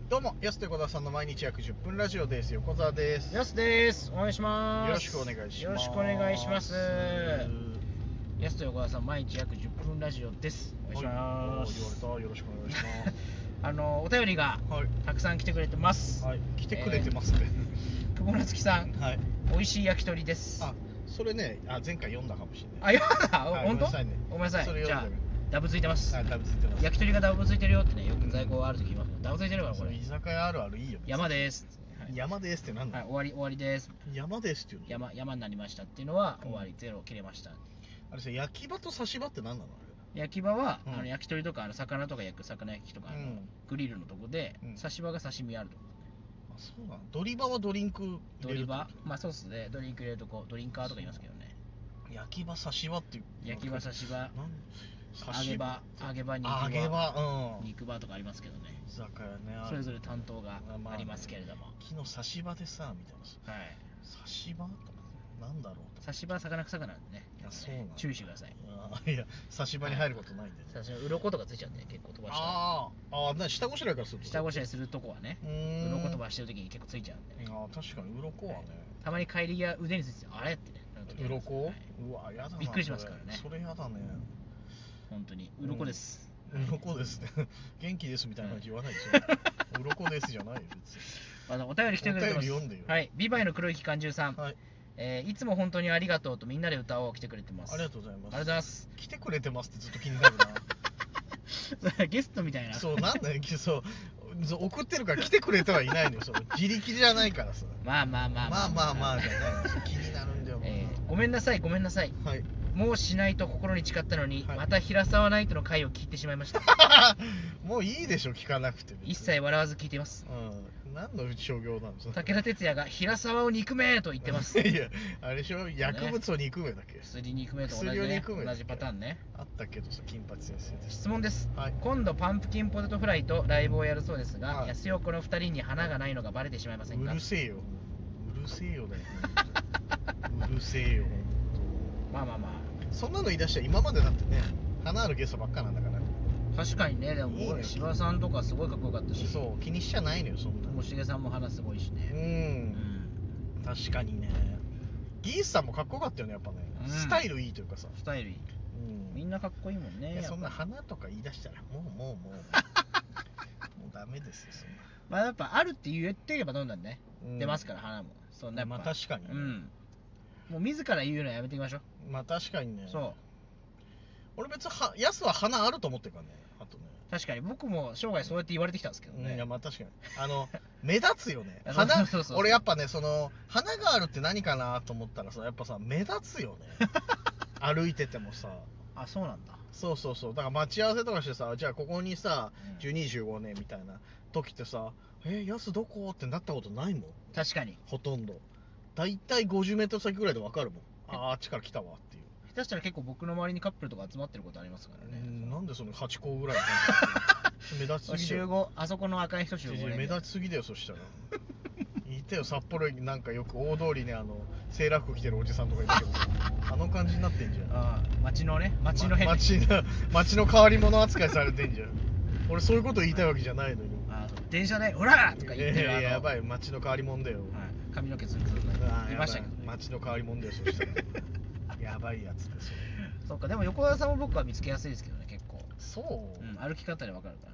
どうも、やすと横田さんの毎日約10分ラジオです。横澤です。 やすです。お願いします。 よろしくお願いします。 よろしくお願いします。やすと横田さん毎日約10分ラジオです。お願いします。 言われた。よろしくお願いしますお便りがたくさん来てくれてます。 はい、来てくれてますね。 久保夏樹さん、 はい、 美味しい焼き鳥です。 あ、それね、前回読んだかもしれない。 あ、読んだ、 はい、 本当？ ごめんなさいね。 ごめんなさい。じゃあダブついてます。 ダブついてます。 焼き鳥がダブついてるよってね、よく在庫あるとき言います。ダブついてるからこれ。 居酒屋あるあるいいよ。 山です。 山ですってなんだ。 はい、終わりです。 山ですっていうの。山になりましたっていうのは終わり、ゼロ切れました。 あれさ、焼き場と刺し場って何なの？ 焼き場は、焼き鳥とか魚とか焼く魚焼きとか、グリルのとこで、刺し場が刺身あるとこ。 あ、そうなの。ドリバはドリンク入れる。 ドリバ、まあそうっすね。ドリンク入れるとこ、ドリンカーとか言いますけどね。 焼き場刺し場っていう。 焼き場刺し場、揚げ場、肉場とかありますけどね。 居酒屋ね。 それぞれ担当がありますけれども。 昨日刺し場でさみたいな。はい。刺し場なんだろう。 刺し場魚臭くなるんでね。注意してください。 いや、刺し場に入ることないんで。 刺し場、鱗とかついちゃうんで結構飛ばした。 あ、下ごしらえからすると。 下ごしらえするとこはね。鱗飛ばしてる時に結構ついちゃうんでね。 確かに鱗はね。 たまに帰り際腕についてあれってね。 鱗？うわ、やだな。 びっくりしますからね。 それやだね。 本当に鱗です。 鱗ですね。元気ですみたいな感じ言わないですよ。鱗ですじゃないよ別に。 お便り来てくれてます。はい。ビバイの黒い機関銃さん。 はい。 いつも本当にありがとうとみんなで歌おう来てくれてます。 ありがとうございます。 ありがとうございます。 来てくれてますってずっと気になるな。 ゲストみたいな。 そう、なんだよ、そう送ってるから来てくれてはいないのよ。自力じゃないからさ。 まあじゃないの。気になるんだよ。 ごめんなさい。はい。もうしないと心に誓ったのに、また平沢ナイトの回を聞いてしまいました。 もういいでしょ、聞かなくて。 一切笑わず聞いています。 何の商業なんですか。 武田鉄矢が平沢を憎めと言ってます。 いや、あれでしょ、薬物を憎めだっけ。 薬憎めと同じね。同じパターンね。 あったけどさ、金八先生。 質問です。今度パンプキンポテトフライとライブをやるそうですが、安横の2人に花がないのがバレてしまいませんか。 うるせえよ。うるせえよだよ。うるせえよ。 まあそんなの言い出したら今までだってね、花あるゲストばっかなんだから。 確かにね。でも僕柴さんとかすごいかっこよかったし。 そう、気にしちゃないのよ、そんな。 ともしげさんも花すごいしね。 確かにね。ギースさんもかっこよかったよね、やっぱね。スタイルいいというかさ。 スタイルいい。みんなかっこいいもんね。 そんな花とか言い出したらもうダメですよ、そんな。 まあやっぱあるって言っていけばどんどんね、出ますから花も。そんなやっぱ。 まあ確かに。 もう自ら言うのはやめていきましょう。 まあ確かにね。 そう。 俺別にヤスは花あると思ってるからね。あとね。 確かに僕も生涯そうやって言われてきたんですけどね。 いやまあ確かに目立つよね。花俺やっぱね、花があるって何かなと思ったらさ、やっぱさ目立つよね。歩いててもさ。 あ、そうなんだ。 そうだから待ち合わせとかしてさ、じゃあここにさ12、15年みたいな時ってさ、ヤスどこってなったことないもん。 確かに。 ほとんどだいたい50メートル先ぐらいで分かるもん。あっちから来たわっていう。 下手したら結構僕の周りにカップルとか集まってることありますからね。 なんでその8個ぐらいの感じ。目立ちすぎだよ。 集合、あそこの赤い人集合ね。 目立ちすぎだよ。そしたらいたよ、札幌になんかよく大通りにセーラー服着てるおじさんとかいたけど、あの感じになってんじゃん。 街の変街の変わり者扱いされてんじゃん。俺そういうこと言いたいわけじゃないのよ。 電車で「オラ!」とか言ってる。 やばい、街の変わり者だよ。 髪の毛ツルツルいましたけど、 街の変わり者だよ。そしたらやばいやつです。 そうか。でも横田さんも僕は見つけやすいですけどね、結構。 そう。 歩き方で分かるから。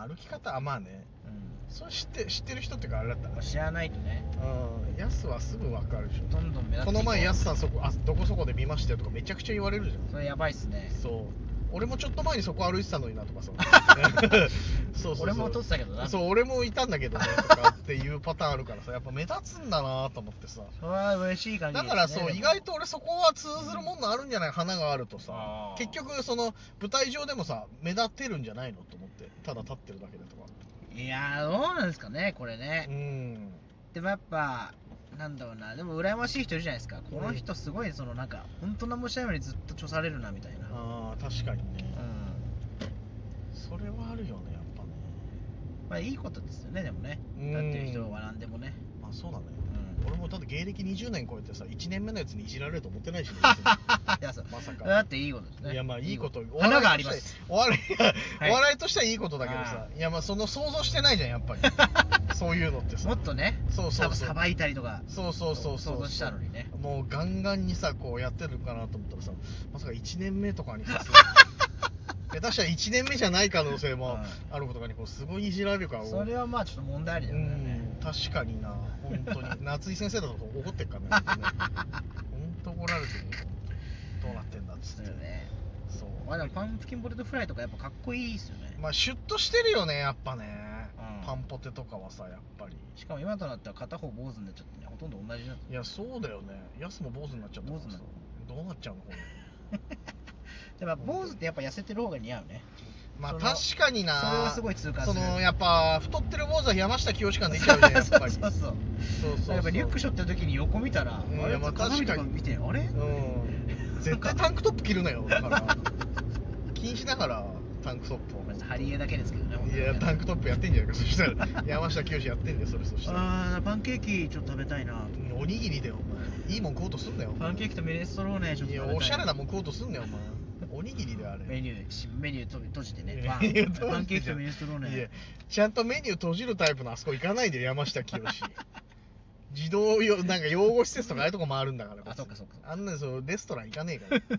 歩き方、まあね。それ知ってる人ってかあれだったら知らないとね。 ヤスはすぐ分かるでしょ。 どんどん目立って。 この前ヤスさんどこそこで見ましたよとかめちゃくちゃ言われるじゃん。 それやばいっすね。 そう。俺もちょっと前にそこ歩いてたのになとかさ。そう俺も撮ってたけどな。 そう、俺もいたんだけどねとかっていうパターンあるからさ、やっぱ目立つんだなと思ってさ。 それは嬉しい感じですね。 だからそう、意外と俺そこは通ずるものあるんじゃない、花があるとさ。結局舞台上でもさ目立ってるんじゃないのと思って、ただ立ってるだけでとか。 いやー、どうなんですかねこれね。でもやっぱなんだろうな、でも羨ましい人いるじゃないですか。この人すごいなんか本当何もしないのにずっと著されるなみたいな。 確かにね。それはあるよね、やっぱね。 まあいいことですよね、でもね。歌ってる人は何でもね。 まあそうだね。俺もだって芸歴20年超えてさ、1年目のやつにいじられると思ってないしね。 いや、 まさか。 だっていいことですね。 いや、まあいいこと。 花があります。 お笑いとしてはいいことだけどさ、いやまあその想像してないじゃん、やっぱり。そういうのってさ。 もっとね、さばいたりとか。 そう想像したのにね。 もうガンガンにさ、こうやってるかなと思ったらさ、まさか1年目とかにさ、下手したら1年目じゃない可能性もあることがね、こうすごいいじられるから。 それはまあちょっと問題ありだよね。 確かにな、本当に。夏井先生だと怒ってっからね。本当怒られてるよ。どうなってんだっつって。 ね。そう。まあでもパンプキンポテトフライとかやっぱかっこいいっすよね。 まあシュッとしてるよね、やっぱね。パンポテとかはさ、やっぱり。 しかも今となっては片方坊主になっちゃってね、ほとんど同じになって。 いや、そうだよね。ヤスも坊主になっちゃったからさ。どうなっちゃうのこれ。 でも坊主ってやっぱ痩せてる方が似合うね。 まあ確かにな。 それはすごい痛感する。 やっぱ太ってる坊主は山下清しか出ちゃうね、やっぱり。 そうやっぱリュック背負った時に横見たら、あれ鏡とか見て、あれ？ 絶対タンクトップ着るなよ、だから。禁止だから、タンクトップを。 ハリエだけですけどね。 いや、タンクトップやってんじゃないか、そしたら。山下清やってんだよ、それ、そしたら。 ああ、パンケーキちょっと食べたいな。 おにぎりだよ、お前。いいもん食おうとすんなよ。 パンケーキとミネストローネちょっと食べたい。 いや、おしゃれなもん食おうとすんなよ、お前。おにぎりであれ。 メニュー閉じてね。パンケーキとミネストローネ。 いや、ちゃんとメニュー閉じるタイプのあそこ行かないでよ、山下清。児童なんか養護施設とかああいうとこ回るんだから。 あ、そっか。 あんなレストラン行かねえから。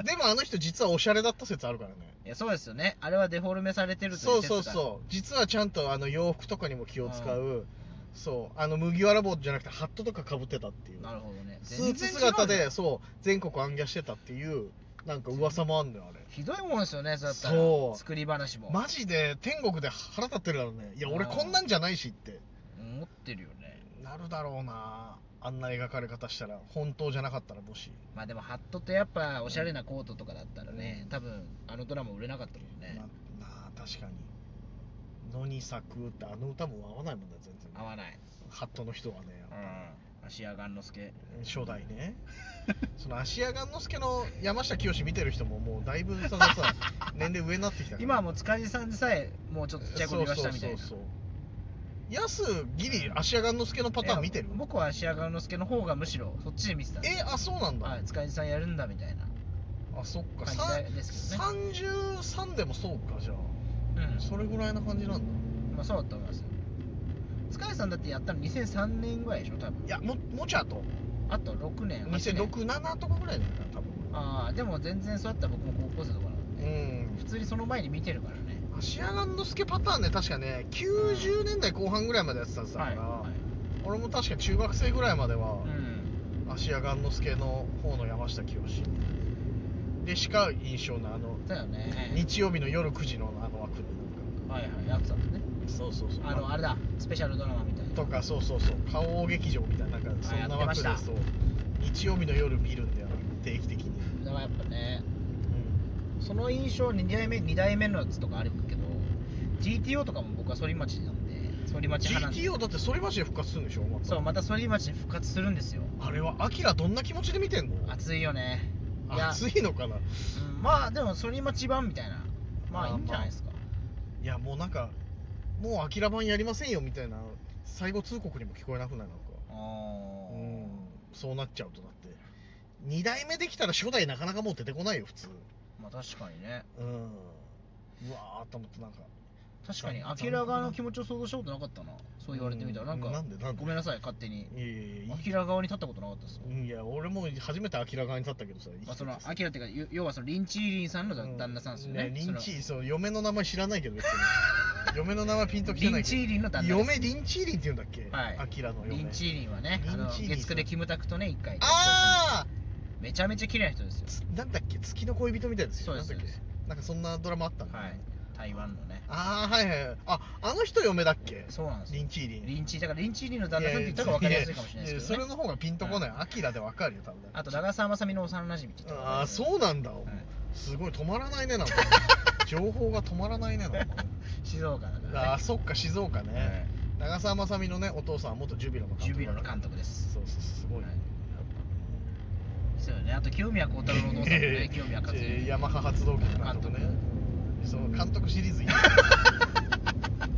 でもあの人実はおしゃれだった説あるからね。 いや、そうですよね。あれはデフォルメされてるという説が。 そう実はちゃんと洋服とかにも気を使う。そう麦わら帽じゃなくてハットとかかぶってたっていう。 なるほどね。 スーツ姿で全国行脚してたっていうなんか噂もあんのよ、あれ。 ひどいもんですよね、そうだったら。作り話もマジで天国で腹立ってるからね。いや、俺こんなんじゃないしって思ってるよね。 なるだろうな、あんな描かれ方したら。本当じゃなかったら。もしまあでもハットとやっぱおしゃれなコートとかだったらね、多分あのドラマ売れなかったもんね。 確かに。野に咲くってあの歌も合わないもんだ、全然。 合わない。 ハットの人はね。 芦屋雁之助初代ね。その芦屋雁之助の山下清見てる人ももうだいぶさ年齢上になってきたから。 今はもう塚地さんでさえもうちょっとちっちゃい子見ましたみたいな。 ヤスギリ芦屋雁之助のパターン見てる？ 僕は芦屋雁之助の方がむしろそっちで見てた。 あ、そうなんだ。 塚地さんやるんだみたいな。 あ、そっか。 ですけどね。 33でもそうか、じゃあ。それぐらいな感じなんだ。 まあそうだと思います。塚地さんだってやったの2003年ぐらいでしょ、多分。 いや、もうちょい後。 あと6年。 2006、7とかぐらいだよな、多分。 ああ、でも全然そうやったら僕も高校生とかなんで。普通にその前に見てるからね。 芦屋雁之助パターンね、確かね、90年代後半ぐらいまでやってたんですから、俺も確か中学生ぐらいまでは、芦屋雁之助の方の山下清でしか印象の日曜日の夜9時の枠でやってたんですね。 そうあれだ、スペシャルドラマみたいなとか、そう花王劇場みたいな、なんかそんな枠で、日曜日の夜見るんだよ、定期的に。 だからやっぱね、その印象2代目のやつとかあるけど、 GTO とかも僕は反町なんで、反町派なんで。 GTO だって反町で復活するんでしょ。 そう、また反町で復活するんですよ。 あれはアキラどんな気持ちで見てんの？ 熱いよね。 熱いのかな。 まあでも反町版みたいな、まあいいんじゃないですか。 いや、もうなんかもうアキラ版やりませんよみたいな最後通告にも聞こえなくない？なんかそうなっちゃうと。だって2代目できたら初代なかなかもう出てこないよ、普通。 まあ確かにね。 うわーと思って、なんか確かにアキラ側の気持ちを想像したことなかったな。そう言われてみたら、なんかごめんなさい、勝手に。アキラ側に立ったことなかったですよ。 いや、俺も初めてアキラ側に立ったけどさ。 そのアキラっていうか、要はそのリンチーリンさんの旦那さんですよね。 リンチーリン、嫁の名前知らないけど別に。嫁の名前ピンときてないけど。 リンチーリンの旦那です。 嫁リンチーリンって言うんだっけ？アキラの嫁。 リンチーリンはね、月9でキムタクとね、1回。めちゃめちゃ綺麗な人ですよ。 なんだっけ、月の恋人みたいですよ。 そうです。 なんかそんなドラマあったんだ。 台湾のね。 あの人嫁だっけ？ そうなんです。 リンチーリン。 だからリンチーリンの旦那さんって言ったら分かりやすいかもしれないですけどね。 それの方がピンとこない。アキラで分かるよ、多分。 あと長澤まさみの幼馴染って言ってた。 そうなんだ。すごい止まらないね、なんか。情報が止まらないね、なんか。 静岡だからね。 そっか、静岡ね。長澤まさみのね、お父さんは元ジュビロの監督です。 そうすごい。 そうよね。あと清宮幸太郎のお父さんもね、清宮克也。 ヤマハ発動機の監督ね。その監督シリーズいい。ト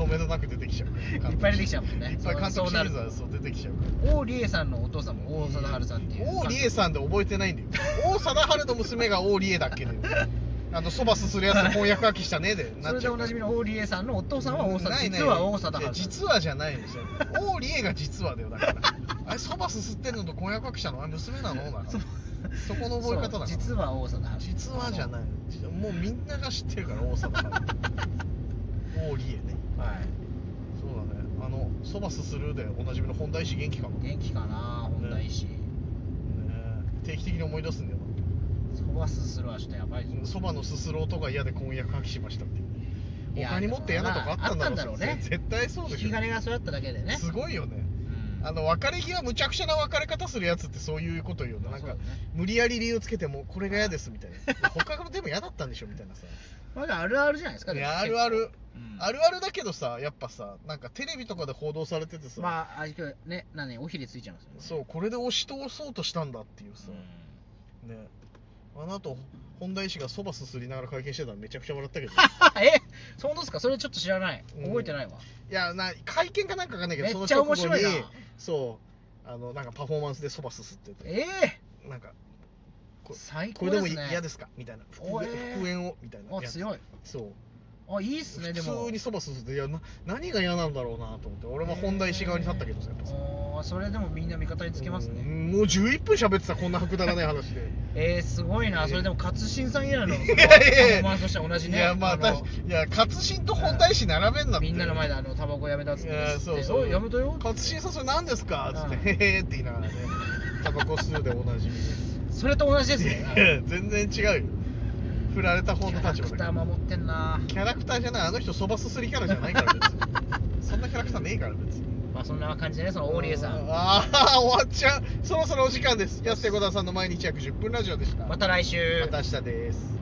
とめどなく出てきちゃういっぱい出てきちゃうもんね。 いっぱい監督シリーズはそう出てきちゃうから。 王理恵さんのお父さんも王貞治さんっていう。 王理恵さんで覚えてないんだよ。王貞治の娘が王理恵だっけね。そばすするやつ翻訳書きしたねでそれでおなじみの王理恵さんのお父さんは王貞治、実は王貞治。 実はじゃないんですよ。王理恵が実はだよ、だから。あれそばすすってんのと婚約書きしたのは娘なのだから。そこの覚え方だから。 実は王貞治。 実はじゃない。もうみんなが知ってるから王貞治。王理恵ね。 はい。 そうだね。そばすするでおなじみの本田医師元気かな。 元気かな、本田医師。ね、 定期的に思い出すんだよ。 そばすするはちょっとやばいぞ。 そばのすすろうとか嫌で婚約破棄しましたっていう。他にもって嫌なとこあったんだろうね。絶対そうでしょ。 引き金がそうやっただけでね。 すごいよね。別れ際むちゃくちゃな別れ方するやつってそういうこと言うの。なんか無理やり理由つけてもこれが嫌ですみたいな。他のでも嫌だったんでしょみたいなさ。 まだあるあるじゃないですか。 いや、あるある。あるあるだけどさ、やっぱさ、なんかテレビとかで報道されててさ、 まあね、おひれついちゃいますよね。 そう、これで押し通そうとしたんだっていうさ、ね。あの後本田医師がそばすすりながら会見してたのめちゃくちゃ笑ったけど。 そうですか。それちょっと知らない。覚えてないわ。 いや、会見かなんかわかんないけど、 めっちゃ面白いな。 そうなんかパフォーマンスでそばすすってて、なんか最高これですね。 でも嫌ですかみたいな、復縁をみたいな。 強い。 そう。 いいっすね。でも普通にそばすすって、いや何が嫌なんだろうなと思って、俺も本田医師側に立ったけどさ、やっぱさ。 それでもみんな味方につけますね。 もう11分喋ってた、こんなくだらない話で。 すごいな。それでも勝新さん以来のパフォーマンスとして同じね。 いや、まあ勝新と本田医師並べんなって。 みんなの前でタバコやめたっつって。 そうやめたよ。 勝新さんそれ何ですかっつって、へーって言いながらね、タバコ吸うでおなじみです。 それと同じですね。 全然違うよ。振られた方の立場だけど。 キャラクター守ってんな。 キャラクターじゃない、あの人そばすすりキャラじゃないから別に。そんなキャラクターねえから別に。 まあそんな感じでね、その王理恵さん。 終わっちゃう。そろそろお時間です。安手小田さんの毎日約10分ラジオでした。 また来週。 また明日です。